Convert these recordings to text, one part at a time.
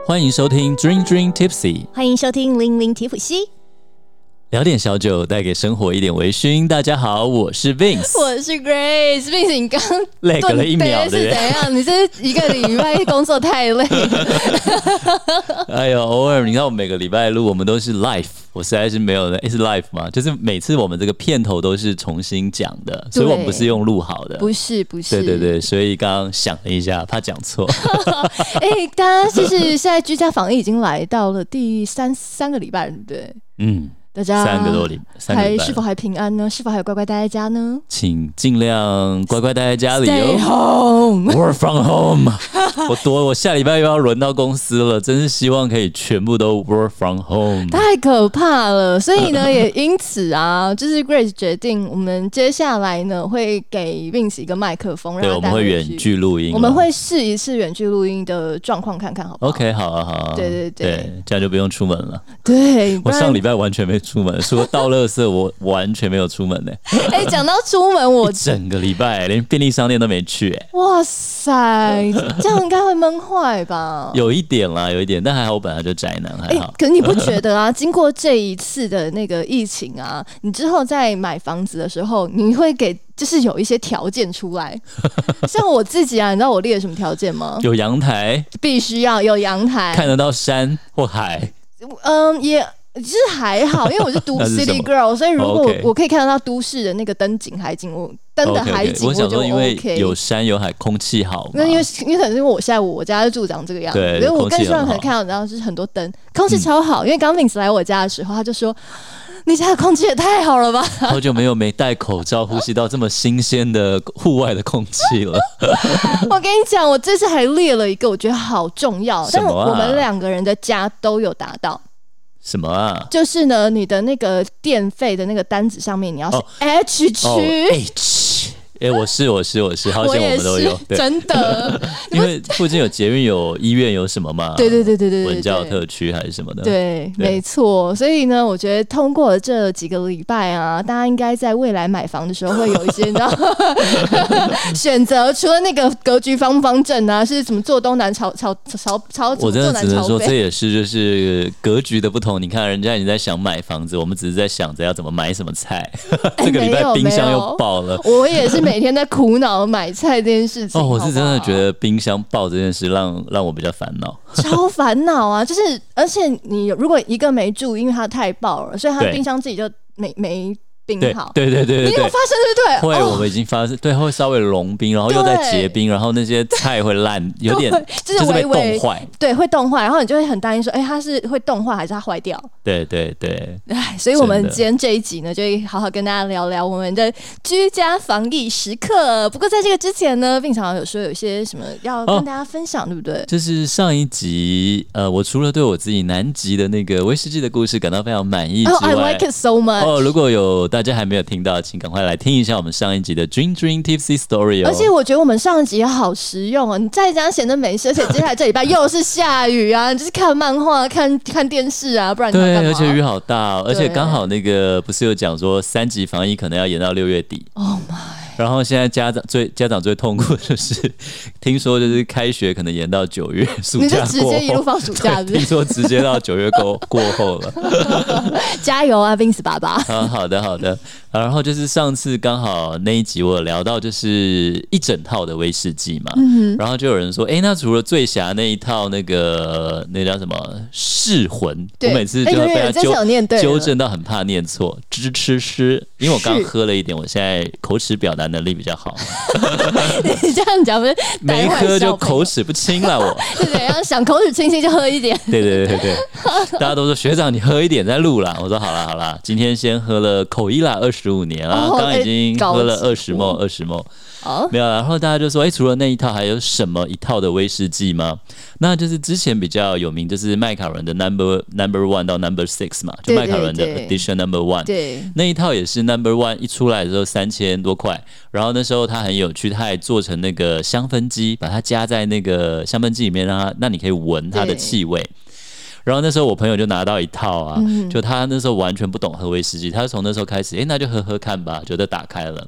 欢迎收听 Dream Dream Tipsy， 欢迎收听零零提普西， 聊点小酒，带给生活一点微醺。大家好，我是 Vince， 我是 Grace。Vince， 你刚累隔了1秒的是怎样？你这一个礼拜工作太累了。 哎呦，偶尔你看我每个礼拜录，我们都是 live， 我实在是没有的，是 live 吗？就是每次我们这个片头都是重新讲的，所以我们不是用录好的， 不是。 对对对，所以刚刚想了一下，怕讲错。 大家就是现在居家防疫已经来到了第三个礼拜，对不对？ 嗯。 大家 3个多礼拜是否还平安呢？是否还有乖乖待在家呢？ 请尽量乖乖待在家里 Stay 哦。 home Work from home 我下礼拜又要轮到公司了，真是希望可以全部都 work from home， 太可怕了。所以呢，也因此啊，就是 Grace 决定，我们接下来呢会给 Vince 一个麦克风， 对，我们会远距录音， 我们会试一次远距录音的状况，看看好不好 ？OK， 好啊，好啊， 对， 这样就不用出门了。 对， 我上礼拜完全没出门，除了倒垃圾，我完全没有出门呢。 讲到出门，我整个礼拜连便利商店都没去。 哇塞，这样应该会闷坏吧？ 有一点啦，有一点，但还好我本来就宅男，还好。 可是你不觉得啊？经过这一次的那个疫情啊，你之后在买房子的时候，你会就是有一些条件出来。像我自己啊，你知道我列了什么条件吗？ 有阳台， 必须要有阳台， 看得到山或海。 也其实还好，因为我是读 City Girl， 所以如果我可以看得到都市的那个灯景、海景，灯的海景， 我想说，因为有山有海，空气好嘛。 那因为可能是因为我现在我家就住长这个样子，所以我更希望可能看到，然后就是很多灯，空气超好。因为刚 Vince 来我家的时候，他就说：“你家的空气也太好了吧！” 好久没戴口罩，呼吸到这么新鲜的户外的空气了。 我跟你讲，我这次还列了一个，我觉得好重要，但是我们2个人的家都有达到。 什么啊？ 就是呢，你的那个电费的那个单子上面，你要是 H 区。 H。我是，好险我们都有， 真的， 因为附近有捷运、有医院、有什么嘛？ 对， 文教特区还是什么的？ 对，没错。所以呢，我觉得通过这几个礼拜啊，大家应该在未来买房的时候会有一些，你知道，选择。除了那个格局方正啊，是什么坐东南朝我真的只能说，这也是就是格局的不同。你看，人家已经在想买房子，我们只是在想着要怎么买什么菜。这个礼拜冰箱又爆了， 我也是。每天在苦恼买菜这件事情。 我是真的觉得冰箱爆这件事让我比较烦恼， 超烦恼啊！就是而且你如果一个没住，因为它太爆了，所以它冰箱自己就没冰好。 对，你有发生对不对？ 会，我们已经发生，对，会稍微融冰，然后又在结冰，然后那些菜会烂，有点就是被冻坏， 对，会冻坏，然后你就会很担心说，它是会冻坏还是它坏掉？ 对， 所以我们今天这一集呢，就会好好跟大家聊聊我们的居家防疫时刻。不过在这个之前呢，Vince好像有说有些什么要跟大家分享，对不对？ 就是上一集，我除了对我自己南极的那个威士忌的故事感到非常满意之外， I like it so much。 如果有大家还没有听到，请赶快来听一下我们上一集的 Dream Dream Tipsy Story 而且我觉得我们上一集好实用哦，你在家闲着没事，而且接下来这礼拜又是下雨啊，你就是看漫画、看电视啊，不然你要干嘛？ 对，而且雨好大，而且刚好那个不是有讲说3级防疫可能要延到6月底。 Oh my！ 然后现在家长最痛苦的就是听说就是开学可能延到9月，暑假过后， 你就直接一路放暑假， 听说直接到9月过后了。 加油啊 ，Vince 爸爸！ 好的。然后就是上次刚好那一集我有聊到就是一整套的威士忌嘛，然后就有人说，那除了醉侠那一套那叫什么噬魂，我每次就会被他纠正到很怕念错，因为我刚喝了一点，我现在口齿表达能力比较好。 你这样讲不是没喝就口齿不清了，我是怎样想口齿清新就喝一点。 对，大家都说学长你喝一点再录啦，我说好啦，今天先喝了口伊拉25年啊，刚刚已经喝了20 ml。没有，然后大家就说，除了那一套，还有什么一套的威士忌吗？那就是之前比较有名，就是麦卡伦的 Number 1到 Number 6嘛，就麦卡伦的 Edition Number 1， 对， 那一套也是 Number 1一出来的时候3000多块，然后那时候它很有趣，它还做成那个香氛机，把它加在那个香氛机里面，让你可以闻它的气味。然后那时候我朋友就拿到一套啊，就他那时候完全不懂喝威士忌，他从那时候开始，那就喝喝看吧，就打开了。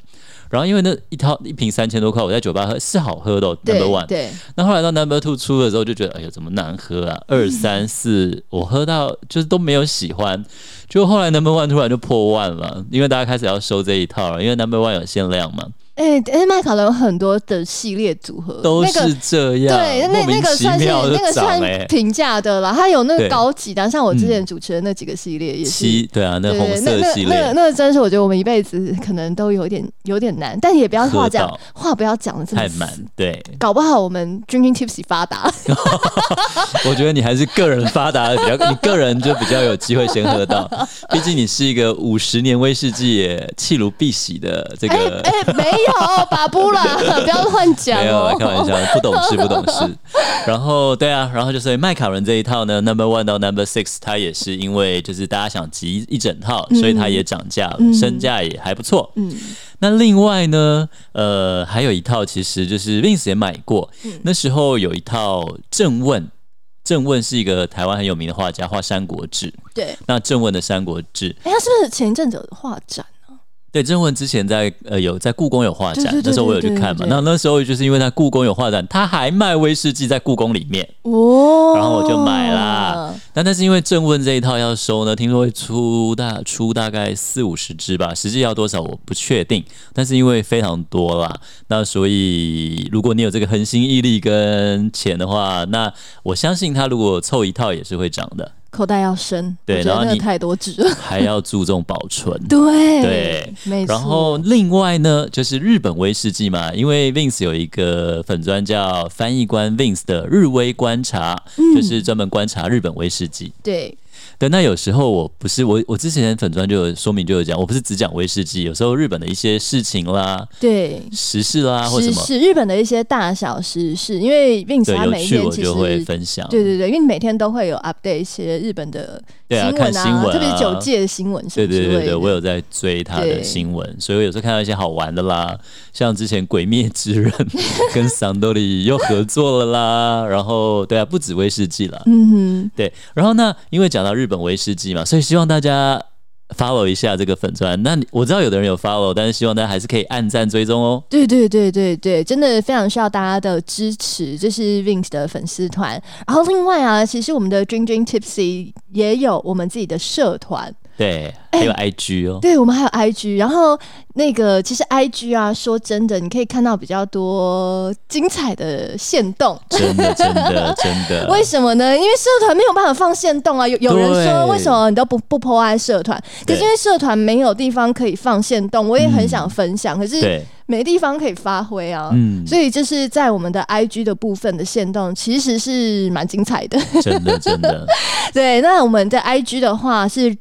然后因为那一瓶3000多块，我在酒吧喝是好喝的，Number One。对。那后来到 Number Two 出的时候，就觉得哎呀怎么难喝啊，2、3、4，我喝到就是都没有喜欢。就后来 Number One 突然就破万了，因为大家开始要收这一套了，因为 Number One 有限量嘛。 麦卡伦有很多的系列组合都是这样， 对，那个算平价的啦。它有那个高级的，像我之前主持的那几个系列也是。 对啊，那红色系列， 那真是我觉得我们一辈子可能都有点难，但也不要话不要讲的这么太满，对， 搞不好我们 Drinking Tipsy 发达。 我觉得你还是个人发达的比较，你个人就比较有机会先喝到，毕竟你是一个50年威士忌也弃如敝屣的这个。 没有。把不啦，不要乱讲没有，开玩笑，不懂事。然后对啊，然后就是麦卡伦这一套呢 ，Number One 到 Number 6，它也是因为就是大家想集一整套，所以它也涨价了，身价也还不错。那另外呢，还有一套其实就是 Vince 也买过，那时候有一套正问。正问是一个台湾很有名的画家，画《三国志》。对，那正问的《三国志》， 他是不是前一阵子有画展？ 对，正文之前有在故宫有画展，那时候我有去看嘛。那时候就是因为他故宫有画展，他还卖威士忌在故宫里面哦，然后我就买啦。但是因为正文这一套要收呢，听说会出大概40-50支吧，实际要多少我不确定。但是因为非常多啦，那所以如果你有这个恒心毅力跟钱的话，那我相信他如果凑一套也是会涨的。 口袋要深， 对，然后你太多纸了， 还要注重保存， 对，没错。 然后另外呢，就是日本威士忌嘛，因为 Vince 有一个粉专叫翻译官 Vince 的日威观察，就是专门观察日本威士忌。对。那有时候我之前粉专就有说明就有讲，我不是只讲威士忌，有时候日本的一些事情啦，对，时事啦，或什么日本的一些大小时事，因为 Vince 他每一天其实我就会分享， 对，因为每天都会有 update 一些日本的新闻啊，特别是酒界的新闻什么之类的。 对，我有在追他的新闻，所以我有时候看到一些好玩的啦，像之前《鬼灭之刃》跟桑多利又合作了啦，然后对啊，不止威士忌啦，对，然后呢，因为讲到日本威士忌嘛，所以希望大家 follow 一下这个粉专。那我知道有的人有 follow， 但是希望大家还是可以按赞追踪哦。 对，真的非常需要大家的支持，这是 Vince 的粉丝团。然后另外啊，其实我们的 Drinking Tipsy 也有我们自己的社团。 对，还有 IG 哦。 对，我们还有 IG。然后那个其实 IG 啊，说真的，你可以看到比较多精彩的限动。真的。 为什么呢？因为社团没有办法放限动啊。有人说为什么你都不 po 在社团？可是因为社团没有地方可以放限动，我也很想分享，可是没地方可以发挥啊。所以就是在我们的 IG 的部分的限动，其实是蛮精彩的。 真的。 对，那我们的 IG 的话是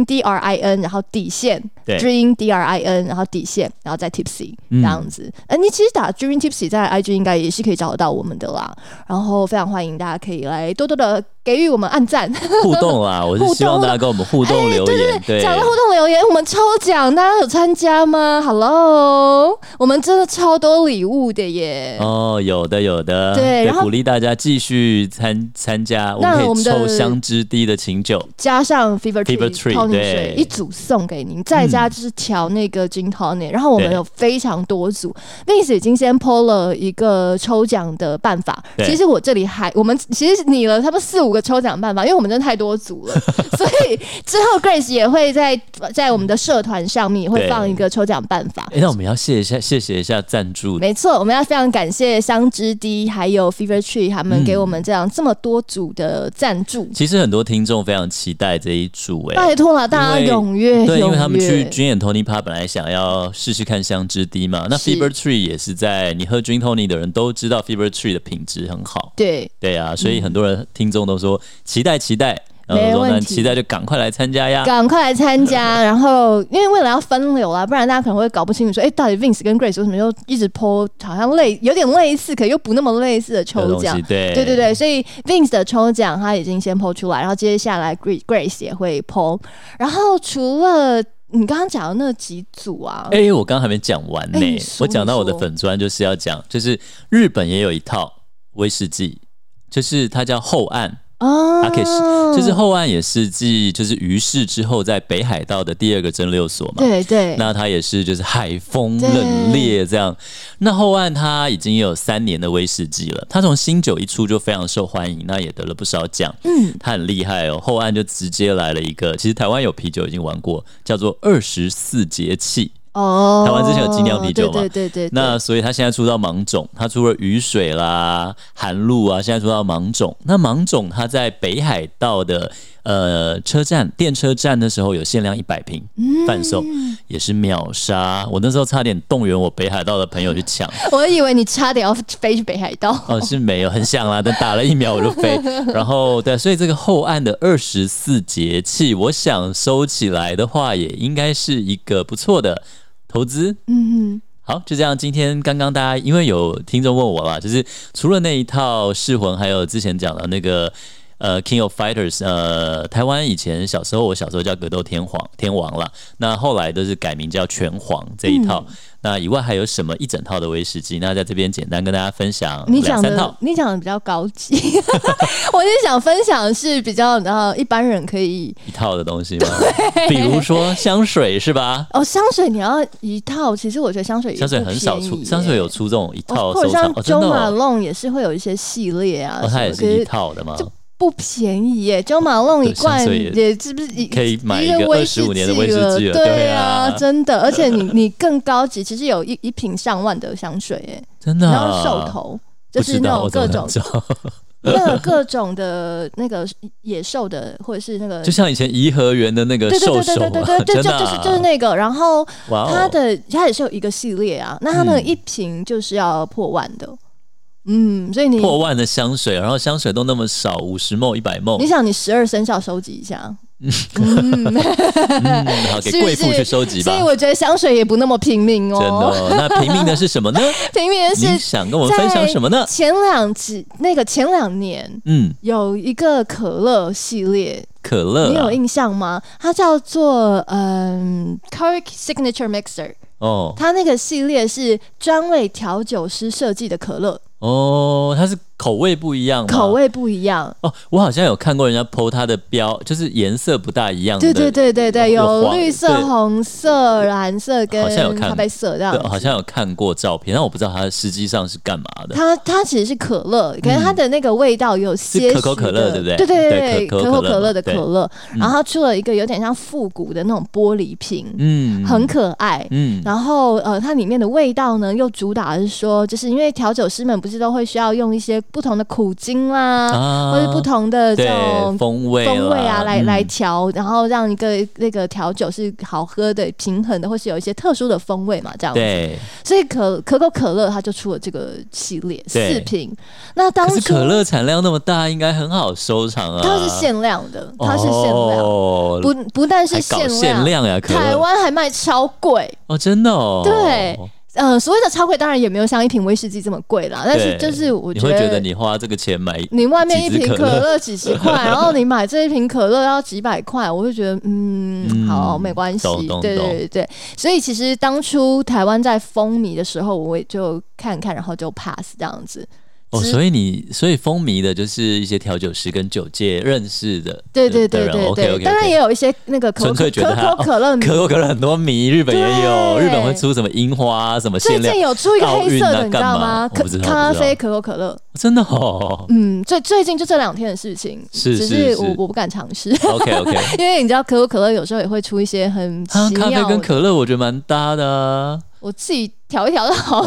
DRIN， 然后底线 DRIN， 然后底线，然后再 Tipsy 这样子。你其实打 Drinking Tipsy 在 IG 应该也是可以找得到我们的啦。然后非常欢迎大家可以来多多的给予我们按赞互动啦。我是希望大家跟我们互动留言。对， 讲到互动留言，我们抽奖，大家有参加吗 ？Hello， 我们真的超多礼物的耶。 哦，有的。对，然后鼓励大家继续参加，我们可以抽香之滴的琴酒， 加上 Fever Tree 泡水一组送给您，再加就是调那个 Gin Tonic。然后我们有非常多组 ，Vince 已经先 po 了一个抽奖的办法。其实我这里其实拟了差不多4-5个抽奖办法，因为我们真的太多组了，所以之后 Grace 也会在我们的社团上面也会放一个抽奖办法。 那我们要谢谢一下赞助。 没错，我们要非常感谢香之滴还有 Fever Tree 他们给我们这么多组的赞助。 其实很多听众非常期待这一组， 拜托了，大家踊跃。 对，因为他们去 Gin and Tonic Pub 本来想要试看香之滴嘛，那 Fever Tree 也是在你喝 Gin Tonic 的人都知道 Fever Tree 的品质很好。对啊，所以很多人听众都说期待。 没问题， 期待就赶快来参加呀！ 赶快来参加，然后因为为了要分流啦，不然大家可能会搞不清楚说，到底 Vince 跟 Grace 为什么又一直 po 好像有点类似，可又不那么类似的抽奖？对，所以 Vince 的抽奖他已经先 po 出来，然后接下来 Grace 也会 po。然后除了你刚刚讲的那几组啊， 我刚刚还没讲完呢。我讲到我的粉专就是要讲，就是日本也有一套威士忌，就是它叫后岸。 阿 Kish 就是后岸也是继就是鱼市之后在北海道的第2个蒸馏所嘛， 对对， 那它也是就是海风冷冽这样。那后岸它已经有3年的威士忌了，它从新酒一出就非常受欢迎，那也得了不少奖。它很厉害哦，后岸就直接来了一个，其实台湾有啤酒已经玩过，叫做24节气。台湾之前有精酿啤酒嘛， 对， 那所以他现在出到芒种，他出了雨水啦、寒露啊，现在出到芒种。那芒种他在北海道的车站电车站的时候有限量100瓶贩售，也是秒杀。我那时候差点动员我北海道的朋友去抢， 我以为你差点要飞去北海道。 是没有，很想啦，但打了1秒我就飞。然后对，所以这个后岸的24节气，我想收起来的话，也应该是一个不错的投资。好，就这样。今天刚刚大家因为有听众问我啦，就是除了那一套噬魂，还有之前讲的那个King of Fighters， 台湾以前我小时候叫格斗天王啦，那后来都是改名叫拳皇这一套。那以外还有什么一整套的威士忌？那在这边简单跟大家分享2-3套。 你讲的比较高级，我是想分享的是比较一般人可以一套的东西吗？比如说香水是吧？ 香水你要一套，其实我觉得香水很少出，香水有出这种一套收藏， 或者像 Jo Malone 也是会有一些系列啊， 它也是一套的吗？ 不便宜耶，Jo Malone 一罐也是不是可以买一个25年的威士忌了？ 对啊，真的，而且你更高级，其实有一瓶上万的香水耶， 真的， 然后兽头就是那种各种。各种的那个野兽的，或者是那个， 就像以前颐和园的那个兽首， 对，就是那个。然后它也是有一个系列啊，那它那个一瓶就是要破万的。所以你破万的香水，然后香水都那么少，50ml、100ml， 你想你12生肖收集一下， 好，给贵妇去收集吧。 所以我觉得香水也不那么拼命哦。 真的哦，那拼命的是什么呢？ 拼命的是你想跟我们分享什么呢？ 前2年，有一个可乐系列。 可乐， 你有印象吗？它叫做Coke Signature Mixer。它那个系列是专为调酒师设计的可乐。 它是口味不一样吗？ 口味不一样我好像有看过人家 po 它的标，就是颜色不大一样的。 对，有绿色、红色、蓝色跟咖啡色这样。 好像有看过照片，但我不知道它实际上是干嘛的。 它其实是可乐，可是它的那个味道有些许的可口可乐，对不对？ 对，可口可乐的可乐。然后它出了一个有点像复古的那种玻璃瓶，很可爱。然后它里面的味道呢，又主打的是说，就是因为调酒师们不是都会需要用一些不同的苦精啦，或者不同的这种风味啊来调，然后让一个那个调酒是好喝的、平衡的，或是有一些特殊的风味嘛，这样子。 对， 所以可口可乐它就出了这个系列4瓶。那当时可是可乐产量那么大，应该很好收藏啊。 它是限量的，它是限量，不但是限量呀， 台湾还卖超贵真的哦。 对。所谓的超贵当然也没有像一瓶威士忌这么贵啦，但是就是我觉得你会觉得你花这个钱买你外面一瓶可乐几十块，然后你买这一瓶可乐要几百块，我就觉得好没关系，对，所以其实当初台湾在风靡的时候，我也就看看，然后就 pass 这样子。 所以风靡的就是一些调酒师跟酒界认识的对， OK， 当然也有一些那个可口可乐迷， 可口可乐很多迷，日本也有，日本会出什么樱花什么限量， 最近有出一个黑色的，你知道吗？咖啡可口可乐， 真的哦。 最近就这2天的事情，只是我不敢尝试。 OK， 因为你知道可口可乐有时候也会出一些很奇妙的， 咖啡跟可乐我觉得蛮搭的啊。 我自己调一调就好了。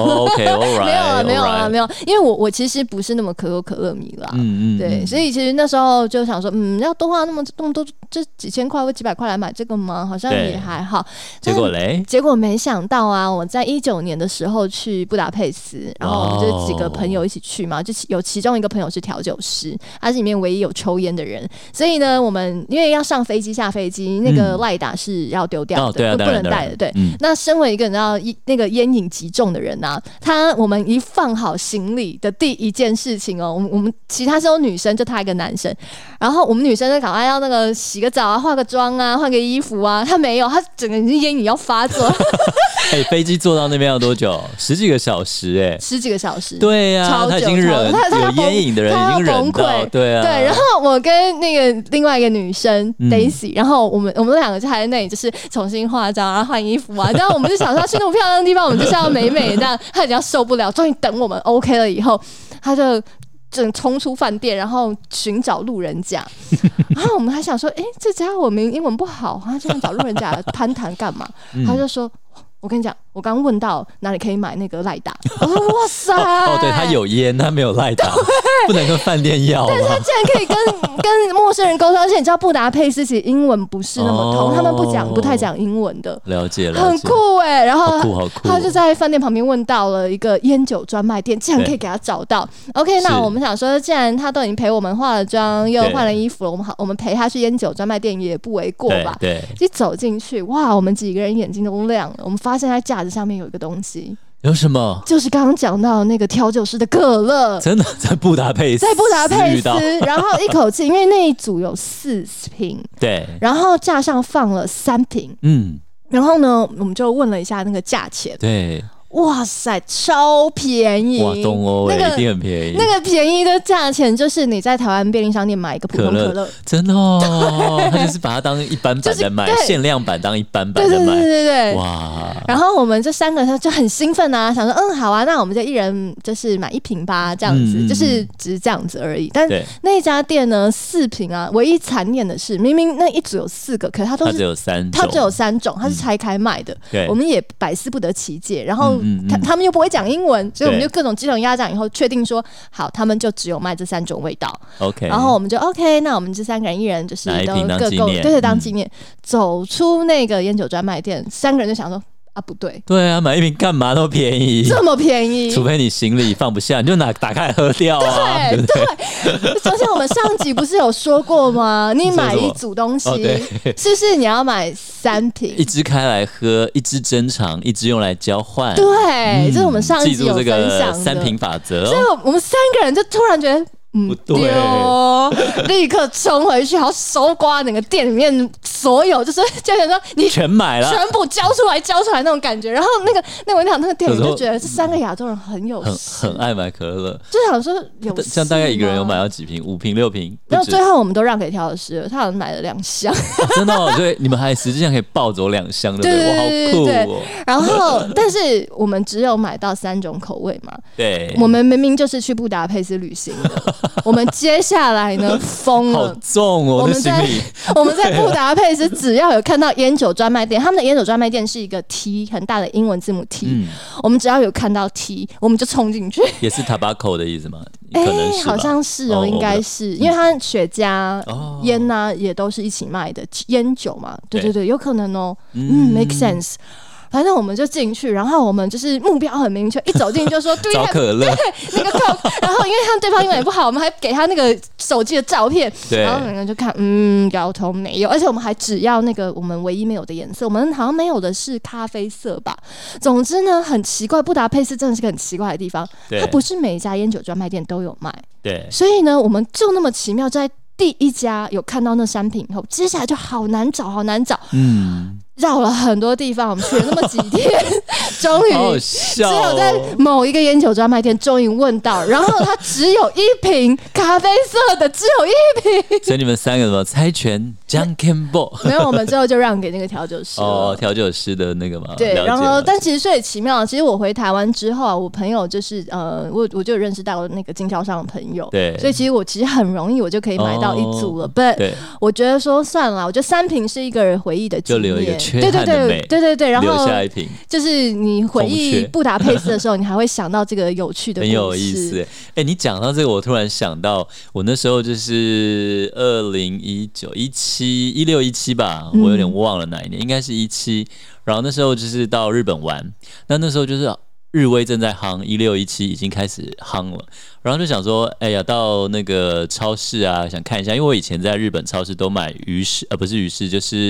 OK， 没有，因为我其实不是那么可口可乐迷啦。对，所以其实那时候就想说，要多花那么多，这几千块或几百块来买这个吗？好像也还好。结果没想到啊，我在19年的时候去布达佩斯，然后我们就几个朋友一起去嘛，就有其中一个朋友是调酒师，他是里面唯一有抽烟的人，所以呢，我们因为要上飞机下飞机，那个赖打是要丢掉的，不能带的。对，那身为一个你知道那个烟瘾极重的人啊，我们一放好行李的第一件事情我们其他是有女生，就他一个男生，然后我们女生就赶快要那个洗洗个澡啊，化个妆啊，换个衣服啊，他没有，他整个人烟瘾要发作。 飞机坐到那边要多久？10几个小时，10 几个小时。 对啊，他已经忍，有烟瘾的人已经忍到，对啊。 对，然后我跟那个另外一个女生 Daisy，然后我们两个就还在那里就是重新化妆啊，换衣服啊，然后我们就想说去那么漂亮的地方，我们就是要美美的，这样他已经要受不了，终于等我们 OK 了以后，他就正冲出饭店，然后寻找路人甲。然后我们还想说，这家伙明明英文不好，他这样找路人甲攀谈干嘛？他就说。我跟你讲，我刚问到哪里可以买那个赖达，我说哇塞， 对他有烟，他没有赖达，不能跟饭店要。 但是他竟然可以跟陌生人沟通，而且你知道布达佩斯其实英文不是那么通，他们不太讲英文的。 了解， 很酷然后好酷他就在饭店旁边问到了一个烟酒专卖店，竟然可以给他找到。OK， 那我们想说，既然他都已经陪我们化了妆，又换了衣服了，我们陪他去烟酒专卖店也不为过吧？ 对， 一走进去，哇，我们几个人眼睛都亮了，我们发现在架子上面有一个东西。 有什么？ 就是刚刚讲到那个调酒师的可乐， 真的在布达佩斯， 然后一口气，因为那一组有4瓶， 对， 然后架上放了3瓶，然后呢，我们就问了一下那个价钱， 对。 哇塞，超便宜！ 哇，东欧一定很便宜。 那个便宜的价钱就是你在台湾便利商店买一个普通可乐， 真的他就是把它当一般版在卖，限量版当一般版在卖。 对， 哇！ 然后我们这3个就很兴奋啊，想说好啊，那我们就一人就是买1瓶吧，这样子，就是只是这样子而已。但那家店呢，4瓶啊，唯一残念的是，明明那一组有4个，可是它只有3种，它是拆开卖的。我们也百思不得其解，然后。他们又不会讲英文，所以我们就各种鸡同鸭讲，以后确定说好，他们就只有卖这3种味道。 OK， 然后我们就 OK， 那我们这3个人一人就是都各购，对，当纪念。走出那个烟酒专卖店，3个人就想说。不对， 对啊，买1瓶干嘛那么便宜？ 这么便宜， 除非你行李放不下，你就打开来喝掉啊。对， 就像我们上集不是有说过吗？你买一组东西，是不是你要买3瓶？ 一支开来喝，一支珍藏，一支用来交换。 对，这是我们上一集有分享的 3瓶法则。 所以我们3个人就突然觉得。 不对， 立刻冲回去，然后搜刮那个店里面所有，就想说你全买了， 全部交出来那种感觉。然后我讲那个店员就觉得这3个亚洲人很有很爱买可乐， 就想说像大概一个人有买到几瓶？5瓶6瓶？ 然后最后我们都让给调酒师了，他好像买了2箱。 真的所以你们还实际上可以抱走2箱，对不对？哇，好酷哦！ 然后，但是我们只有买到3种口味嘛。 对， 我们明明就是去布达佩斯旅行的。我们接下来呢疯了， 好重哦！ 我们在布达佩斯只要有看到烟酒专卖店，他们的烟酒专卖店是一个 T 很大的英文字母 T，我们只要有看到 T， 我们就冲进去。 也是 tobacco 的意思吗？可能是吧， 好像是应该是，因为它雪茄、烟啊也都是一起卖的，烟酒嘛，对，有可能make sense。反正我们就进去，然后我们就是目标很明确，一走进去就说找可乐， 对那个 Coke， 然后因为他对方英文也不好，我们还给他那个手机的照片，然后每个人就看，摇头没有，而且我们还只要那个我们唯一没有的颜色，我们好像没有的是咖啡色吧。总之呢，很奇怪，布达佩斯真的是个很奇怪的地方，它不是每一家烟酒专卖店都有卖， 对， 所以呢，我们就那么奇妙在第一家有看到那3瓶以后，接下来就好难找，绕了很多地方，我们去了那么几天，终于只有在某一个烟酒专卖店终于问到，然后它只有1瓶咖啡色的，只有1瓶。 所以你们3个什么猜拳 Junkin Ball？ 没有，我们最后就让给那个调酒师调酒师的那个嘛。 对，然后但其实最奇妙的，其实我回台湾之后啊，我朋友就是我就有认识到那个经销商的朋友， 对， 所以其实我很容易我就可以买到一组了。对，我觉得说算了，我觉得3瓶是一个人回忆的经验， 就留一个缺憾的美。 对，然后留下1瓶， 就是你回忆布达佩斯的时候，你还会想到这个有趣的故事， 很有意思。你讲到这个，我突然想到，我那时候就是2016、17吧，我有点忘了哪一年，应该是17。然后那时候就是到日本玩，那时候就是日威正在夯，16、17已经开始夯了，然后就想说，到那个超市啊，想看一下，因为我以前在日本超市都买鱼市，不是鱼市，就是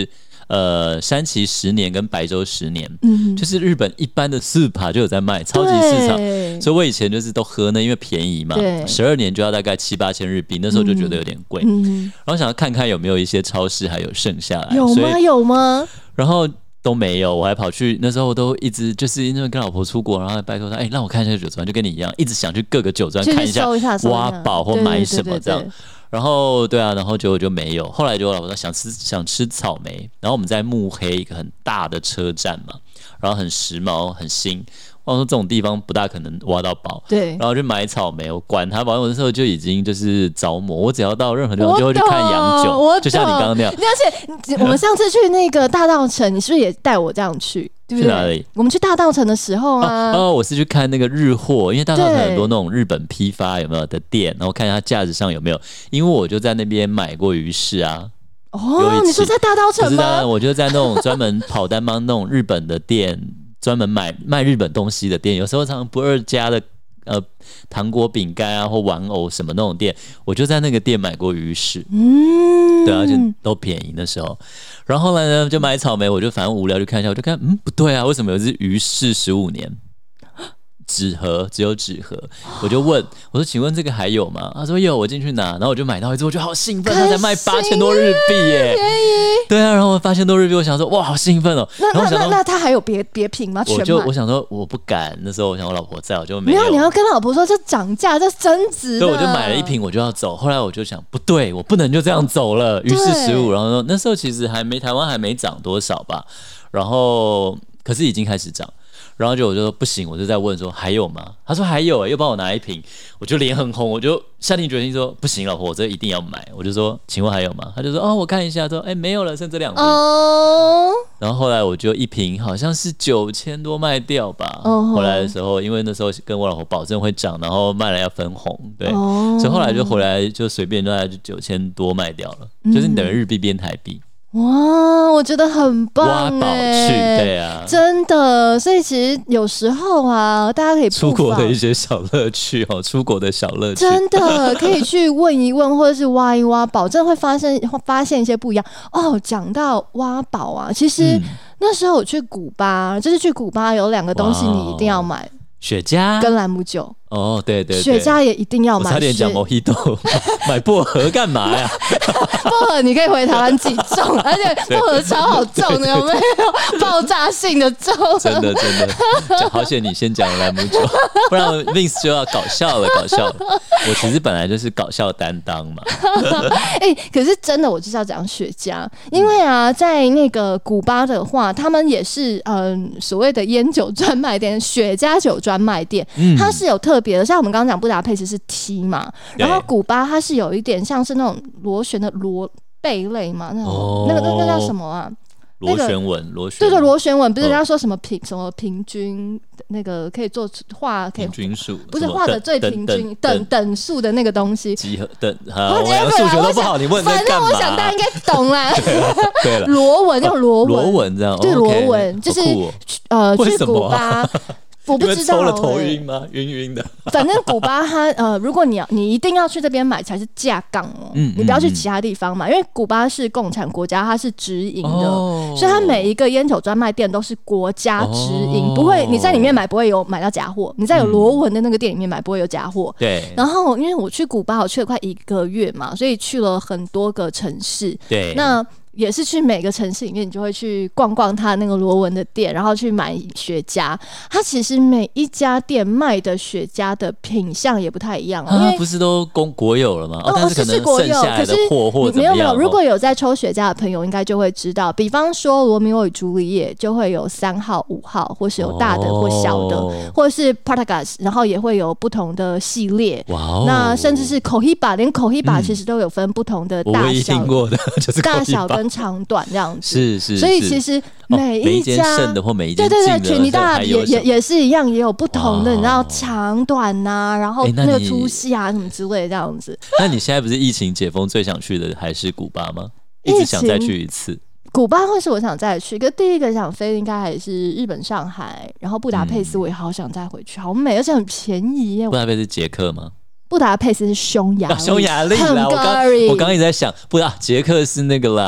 山崎10年跟白粥10年，就是日本一般的スーパー就有在卖超级市场，所以我以前就是都喝呢，因为便宜嘛，12年就要大概7-8千日币，那时候就觉得有点贵，然后想要看看有没有一些超市还有剩下来， 有吗？ 然后都没有，我还跑去那时候都一直就是因为跟老婆出国，然后还拜托她，让我看一下酒庄，就跟你一样，一直想去各个酒庄看一下挖宝或买什么这样。然后对啊，然后结果就没有。后来就我老婆说想吃草莓，然后我们在目黑一个很大的车站嘛，然后很时髦很新。我说这种地方不大可能挖到宝， 对， 然后就买草莓，我管它，反正我那时候就已经就是着魔，我只要到任何地方就会去看洋酒，就像你刚刚那样。 而且我们上次去那个大稻埕，你是不是也带我这样去？对不对？ 去哪里？ 我们去大稻埕的时候啊， 我是去看那个日货，因为大稻埕很多那种日本批发有没有的店，然后看一下架子上有没有，因为我就在那边买过鱼市啊。 你说在大稻埕吗？ 我就在那种专门跑单帮那种日本的店。专门卖日本东西的店，有时候常常不二家的糖果饼干啊或玩偶什么那种店，我就在那个店买过鱼市，对啊，而且都便宜那时候。然后后来呢，就买草莓，我就反正无聊就看一下，我就看不对啊，为什么有一只鱼市15年？纸盒只有纸盒，我就问我说：“请问这个还有吗？”他说：“有，我进去拿。”然后我就买到一只，我觉得好兴奋，他才卖8000多日币耶， 便宜。 对啊，然后8000多日币，我想说哇，好兴奋哦。 那他还有别品吗？ 我想说我不敢，那时候我想我老婆在，我就没有。 你要跟老婆说这涨价，这增值。 对，我就买了一瓶，我就要走。后来我就想不对，我不能就这样走了。于是15，然后那时候其实台湾还没涨多少吧，然后可是已经开始涨。然后我就说不行，我就在问说还有吗？他说还有，又帮我拿一瓶，我就脸很红，我就下定决心说不行，老婆，我这一定要买。我就说请问还有吗？他就说我看一下，说没有了，剩这2瓶。然后后来我就一瓶好像是9000多卖掉吧。回来的时候，因为那时候跟我老婆保证会涨，然后卖了要分红，对，所以后来就回来就随便就9000多卖掉了，就是你等于日币变台币。 哇，我觉得很棒， 挖宝去，对啊， 真的。所以其实有时候啊，大家可以出国的一些小乐趣出国的小乐趣， 真的可以去问一问，或者是挖一挖宝，真的会发现一些不一样。讲到挖宝啊，其实那时候我去古巴，就是去古巴有2个东西你一定要买。 雪茄跟兰姆酒对， 雪茄也一定要买。 我差点讲 Mojito， 买薄荷干嘛呀？ 薄荷你可以回台湾自己种，而且薄荷超好种的，有没有？爆炸性的种， 真的。好险你先讲兰姆酒，不然 Vince 就要搞笑了。我其实本来就是搞笑担当嘛。 可是真的我就是要讲雪茄，因为啊，在那个古巴的话，他们也是所谓的烟酒专卖店，雪茄酒专卖店，它是有特别的，像我们刚刚讲布达佩斯是 T 嘛，然后古巴它是有一点像是那种螺旋的贝类嘛，那叫什么啊？ 螺旋纹， 对，螺旋纹，不是人家说什么平均那个可以做画，可以平均数， 不是画的最平均等数的那个东西， 几何等。我数学都不好，你问在干嘛？ 反正我想大家应该懂啦。 对了， 螺纹用螺纹这样， 对，螺纹就是去古巴。我不知道， 抽了头晕吗？晕的。 反正古巴它如果你一定要去这边买才是架杠你不要去其他地方买，因为古巴是共产国家，它是直营的，所以它每一个烟酒专卖店都是国家直营，不会你在里面买不会有买到假货，你在有螺纹的那个店里面买不会有假货。 对。 然后因为我去古巴，我去了快1个月嘛，所以去了很多个城市。 对。 那也是去每个城市里面，你就会去逛逛它那个螺纹的店，然后去买雪茄。它其实每一家店卖的雪茄的品相也不太一样，因为不是都国有了吗？但是可能剩下来的货或怎么样？ 没有，如果有在抽雪茄的朋友，应该就会知道。比方说罗密欧与朱丽叶就会有3号、5号，或是有大的或小的，或者是 Partagas， 然后也会有不同的系列。那甚至是 Cohiba， 连 Cohiba 其实都有分不同的大小， 我唯一听过的就是大小跟长短这样子， 是， 所以其实每一家剩的或每一间进的， 全尼大也是一样，也有不同的，你知道长短啊，然后那个粗细啊什么之类的这样子。 那你现在不是疫情解封最想去的还是古巴吗？一直想再去一次。 古巴会是我想再去，可第一个想飞的应该还是日本上海，然后布达佩斯我也好想再回去，好美，而且很便宜耶。 布达佩斯捷克吗？ 布达佩斯是匈牙利， 匈牙利啦。我刚一直在想，捷克是那个啦，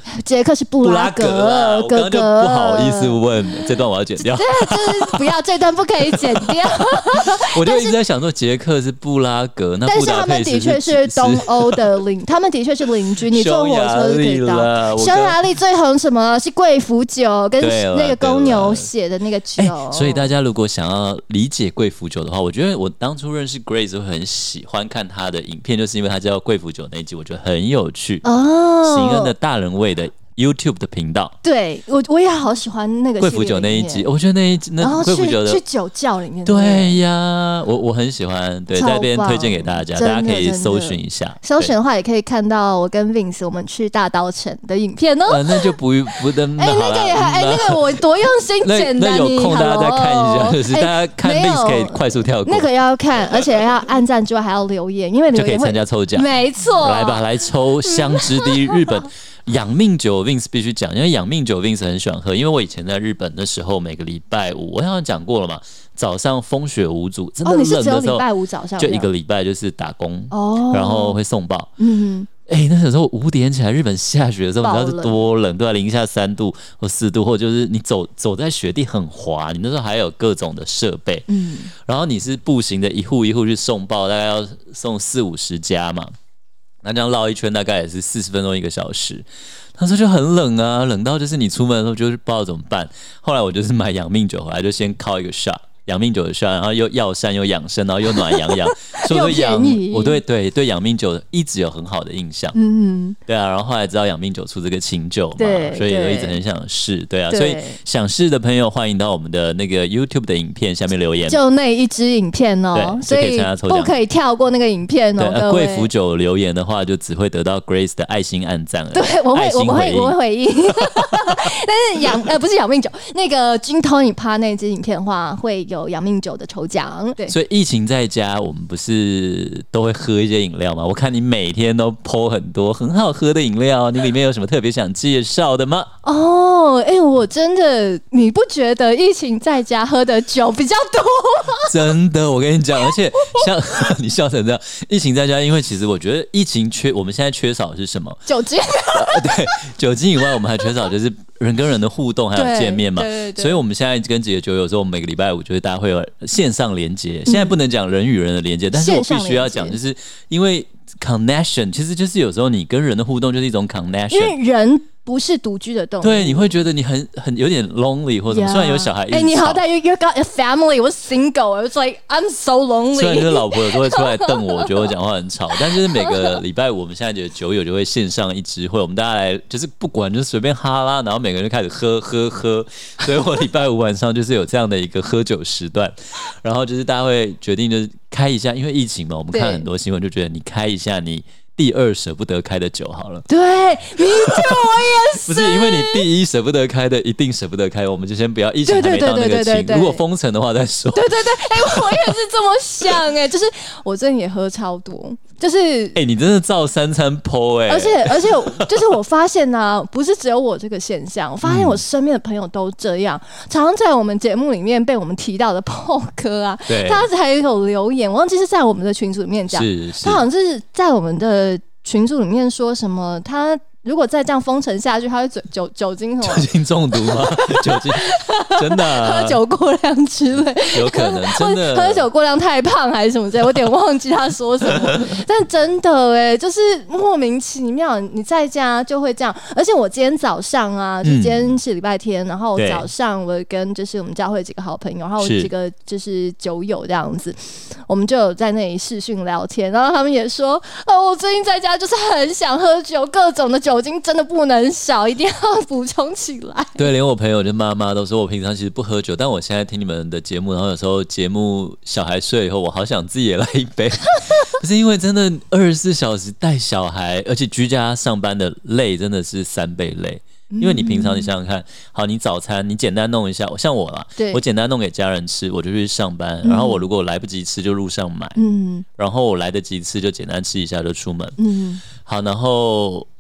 杰克是布拉格我刚刚就不好意思问，这段我要剪掉。 对，就是不要，这段不可以剪掉。 我就一直在想说，杰克是布拉格，那但是他们的确是东欧的他们的确是邻居。你坐火车是可以到。匈牙利最红什么？是贵腐酒跟那个公牛血的那个酒。 所以大家如果想要理解贵腐酒的话，我觉得我当初认识 Grace 会很喜欢看他的影片，就是因为他叫贵腐酒那一集，我觉得很有趣哦。行恩的大人味的 YouTube 的频道， 对我也好喜欢那个贵腐酒那一集，我觉得那一集那贵腐酒的去酒窖里面， 对呀，我很喜欢，对，在这边推荐给大家，大家可以搜寻一下。 搜寻的话，也可以看到我跟 Vince 我们去大稻埕的影片哦。 那就不登那个也还那个我多用心剪的， 那有空大家再看一下，就是大家看 Vince 可以快速跳过。 那个要看，而且要按赞之外还要留言，因为留言就可以参加抽奖。 没错， 来吧，来抽香之第一日本。养命酒 Vince 必须讲，因为养命酒 Vince 很喜欢喝。因为我以前在日本的时候，每个礼拜五，我好像讲过了嘛，早上风雪无阻，真的冷的时候， 你是只有礼拜五早上就一个礼拜就是打工，然后会送报。那时候5点起来，日本下雪的时候，你知道是多冷，对吧？零下3度或4度，或者就是你走在雪地很滑。你那时候还有各种的设备，然后你是步行的一户一户去送报，大概要送40-50家嘛。那这样绕一圈大概也是40分钟1个小时，那时候就很冷啊，冷到就是你出门的时候就是不知道怎么办。后来我就是买养命酒回来，就先靠一个 shot。养命酒的 shot， 然后又药膳又养生，然后又暖洋洋，所以我对养命酒一直有很好的印象。对啊，然后后来知道养命酒出这个清酒嘛，所以就一直很想试。对啊，所以想试的朋友欢迎到我们的那个 YouTube 的影片下面留言， 就那一支影片哦，所以不可以跳过那个影片哦。 对，贵腐酒留言的话，就只会得到 Grace 的爱心按赞了。 对，我会回应。但是不是养命酒，那个 Gin Tonic 趴那支影片的话会有养命酒的抽奖。对， 所以疫情在家，我们不是都会喝一些饮料吗？我看你每天都 po 很多很好喝的饮料，你里面有什么特别想介绍的吗？ 我真的，你不觉得疫情在家喝的酒比较多吗？ 真的，我跟你讲，而且像你笑成这样，疫情在家，因为其实我觉得疫情我们现在缺少的是什么？ 酒精。 对，酒精以外，我们还缺少就是人跟人的互动还有见面嘛。 对， 所以我们现在跟几个酒友说，我们每个礼拜五就是大家会有线上连接。现在不能讲人与人的连接，但是我必须要讲，就是因为 connection 其实就是有时候你跟人的互动就是一种 connection， 因为人不是独居的动物， 对，你会觉得你很有点 lonely 或者什么。虽然有小孩， 你好歹 you got a family， 我 single， I was like I'm so lonely。 虽然就是老婆有时候会出来瞪我，觉得我讲话很吵，但就是每个礼拜五我们现在的酒友就会线上一支会，我们大家来就是不管就是随便哈啦，然后每个人就开始喝，所以我礼拜五晚上就是有这样的一个喝酒时段，然后就是大家会决定就是开一下，因为疫情嘛，我们看很多新闻就觉得你开一下你第2舍不得开的酒好了。 对，你我也是。 不是因为你第1舍不得开的，一定舍不得开，我们就先不要疫情还没到那个情。如果封城的话再说。 对，我也是这么想就是我最近也喝超多，就是你真的照3餐 po 而且就是我发现呢，不是只有我这个现象，我发现我身边的朋友都这样。常常在我们节目里面被我们提到的 PO 哥啊，他还有留言，我忘记是在我们的群组里面讲，他好像是在我们的群组里面说什么，他如果再这样封城下去，他会酒精什么？ 酒精中毒吗？酒精真的、啊、 喝酒过量之类， 有可能真的喝酒过量太胖还是什么之类，我有点忘记他说什么。但真的就是莫名其妙，你在家就会这样。而且我今天早上啊，就今天是礼拜天，然后早上我跟就是我们教会几个好朋友，然后几个就是酒友这样子，我们就有在那里视讯聊天，然后他们也说，我最近在家就是很想喝酒，各种的酒精真的不能少，一定要补充起来。 对，连我朋友的妈妈都说我平常其实不喝酒，但我现在听你们的节目，然后有时候节目小孩睡以后，我好想自己也来一杯。不是因为真的24小时带小孩，而且居家上班的累真的是3倍累。因为你平常你想想看，好，你早餐你简单弄一下，像我啦，我简单弄给家人吃，我就去上班，然后我如果来不及吃就路上买，然后我来得及吃就简单吃一下就出门，好，然后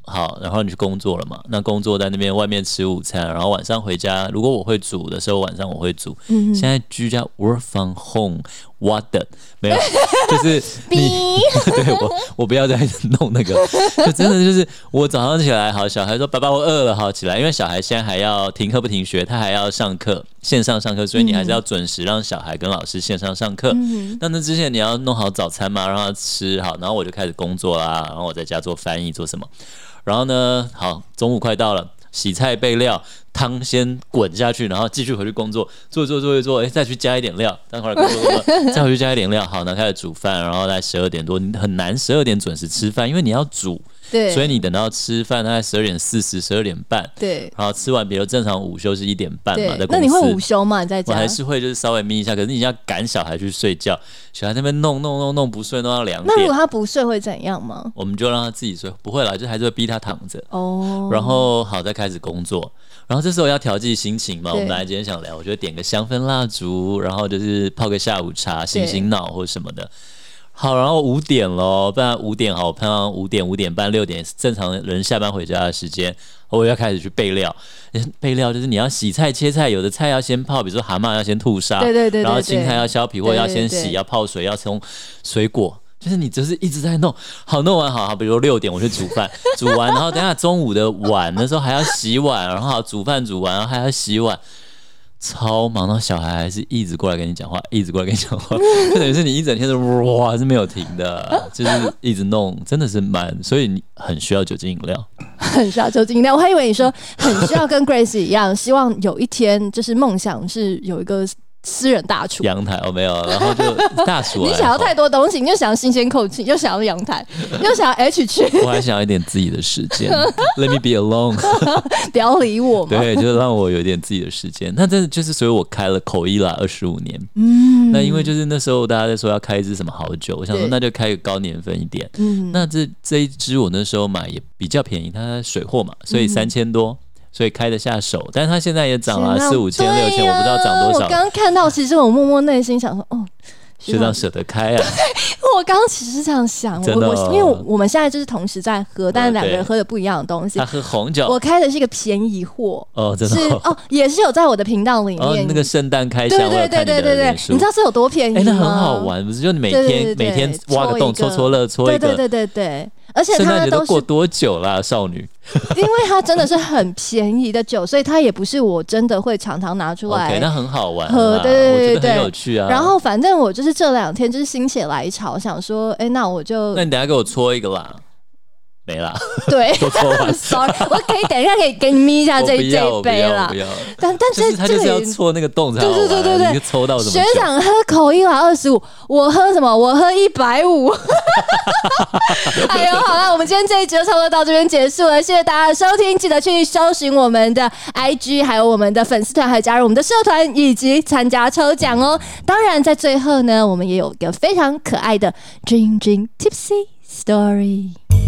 好，然后你去工作了嘛？那工作在那边外面吃午餐，然后晚上回家，如果我会煮的时候，晚上我会煮。现在居家 work from home。What the 没有，就是你对我不要再弄那个，就真的就是我早上起来，好，小孩说爸爸我饿了，好起来，因为小孩现在还要停课不停学，他还要上课，线上上课，所以你还是要准时让小孩跟老师线上上课。那之前你要弄好早餐嘛，让他吃好，然后我就开始工作啦，然后我在家做翻译做什么，然后呢，好，中午快到了。洗菜备料，汤先滚下去，然后继续回去工作，做，再去加一点料，待会儿工作，再回去加一点料，好，然后开始煮饭，然后在12点多，你很难12点准时吃饭，因为你要煮。对，所以你等到吃饭大概12点40、12点半，对，然后吃完，比如正常午休是1点半嘛，在公司。那你会午休吗？你在家？ 我还是会，就是稍微眯一下，可是你要赶小孩去睡觉，小孩在那边弄不睡，弄到2点。 那如果他不睡会怎样吗？ 我们就让他自己睡，不会啦，就还是会逼他躺着。哦，然后好，再开始工作。然后这时候要调剂心情嘛，我们来今天想聊，我觉得点个香氛蜡烛，然后就是泡个下午茶，醒脑或什么的。好，然后5点咯，不然5点好，我盼望5点、5点半、6点正常人下班回家的时间，我要开始去备料。备料就是你要洗菜、切菜，有的菜要先泡，比如说蛤蟆要先吐沙，对，然后青菜要削皮或要先洗，要泡水，要从水果。就是你就是一直在弄，好弄完好，比如6点我去煮饭，煮完然后等一下中午的碗的时候还要洗碗，然后好煮饭煮完然后还要洗碗，超忙，到小孩还是一直过来跟你讲话，一直过来跟你讲话，就等于是你一整天都哇是没有停的，就是一直弄，真的是所以你很需要酒精饮料， 很需要酒精饮料。我还以为你说很需要跟 Grace 一样，希望有一天就是梦想是有一个私人大厨阳台没有，然后就大厨。 你想要太多东西，你又想要新鲜空气，又想要阳台，又想要 H 区， 我还想要一点自己的时间。Let me be alone， 不要理我嘛。 对，就让我有一点自己的时间。那这就是所以我开了口伊拉25年。那因为就是那时候大家在说要开一支什么好酒，我想说那就开个高年份一点。那这一支我那时候买也比较便宜，它水货嘛，所以3000多。所以开得下手，但是它现在也涨了4、5千、6千，我不知道涨多少。 我刚刚看到，其实我默默内心想说，哦， 学长舍得开啊！ 我刚刚其实是这样想， 真的因为我们现在就是同时在喝，但是两个人喝的不一样的东西。 他喝红酒， 我开的是一个便宜货哦，真的是哦，也是有在我的频道里面。 那个圣诞开箱， 对，你知道这有多便宜吗？ 那很好玩，不是？就你每天挖个洞，戳乐，戳一个， 对。而且圣诞节都过多久啦，少女？ 因为它真的是很便宜的酒，所以它也不是我真的会常常拿出来。 OK， 那很好玩喝，对， 我觉得很有趣啊。 然后反正我就是这2天就是心血来潮，想说，那我就， 那你等一下给我搓一个啦。没啦， 对都搓完 ，sorry， 我可以等一下可以给你眯一下这一杯啦。 不要， 但是他就是要搓那个洞才好玩，对，你搓到什么？ 学长喝口伊拉25，我喝什么？我喝150。哎呦，好了，我们今天这一集就差不多到这边结束了，谢谢大家的收听，记得去搜寻我们的 IG， 还有我们的粉丝团，还有加入我们的社团，以及参加抽奖哦。当然，在最后呢，我们也有一个非常可爱的 Dream Tipsy Story。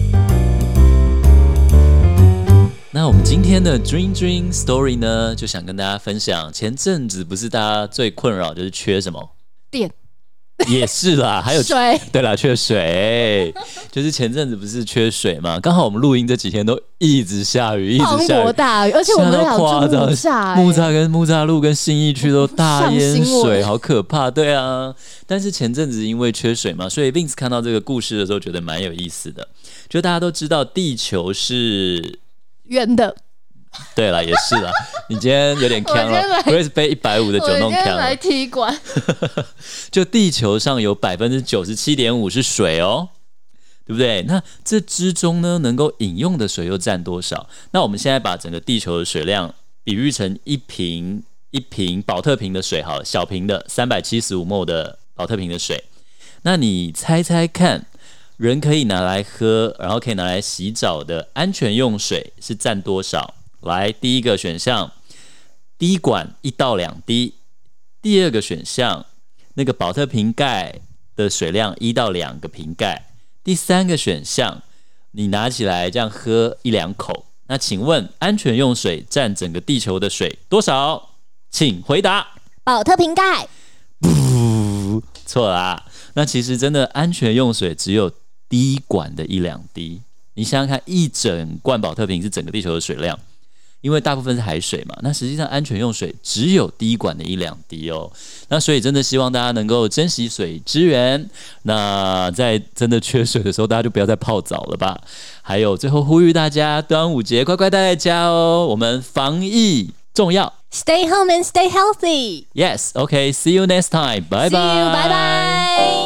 那我们今天的 Dream Story 呢，就想跟大家分享，前阵子不是大家最困扰就是缺什么？ 电。 也是啦，还有水。 对啦，缺水，就是前阵子不是缺水嘛？刚好我们录音这几天都一直下雨， 滂沱大雨，而且我们俩住木栅， 木栅路跟信义区都大淹水，好可怕。对啊，但是前阵子因为缺水嘛，所以 Vince 看到这个故事的时候觉得蛮有意思的。就大家都知道地球是圆的。 对啦，也是啦。你今天有点呛了，Grace 背150的酒弄呛了。我今天来踢馆。 就地球上有97.5%是水哦，对不对？那这之中呢，能够饮用的水又占多少？那我们现在把整个地球的水量比喻成一瓶保特瓶的水好了，小瓶的375ml 的保特瓶的水。那你猜猜看，人可以拿来喝，然后可以拿来洗澡的安全用水是占多少？来，第一个选项，滴管1到2滴；第二个选项，那个保特瓶盖的水量1到2个瓶盖；第三个选项，你拿起来这样喝1-2口。那请问，安全用水占整个地球的水多少？请回答。 保特瓶盖。 错啦。那其实真的安全用水只有滴管的1-2滴。 你想想看，一整罐保特瓶是整个地球的水量。因为大部分是海水嘛，那实际上安全用水只有滴管的1-2滴哦。那所以真的希望大家能够珍惜水资源。那在真的缺水的时候，大家就不要再泡澡了吧。还有最后呼吁大家，端午节乖乖待在家哦，我们防疫重要。 Stay home and stay healthy. Yes, okay. See you next time. Bye bye. See you. Bye bye.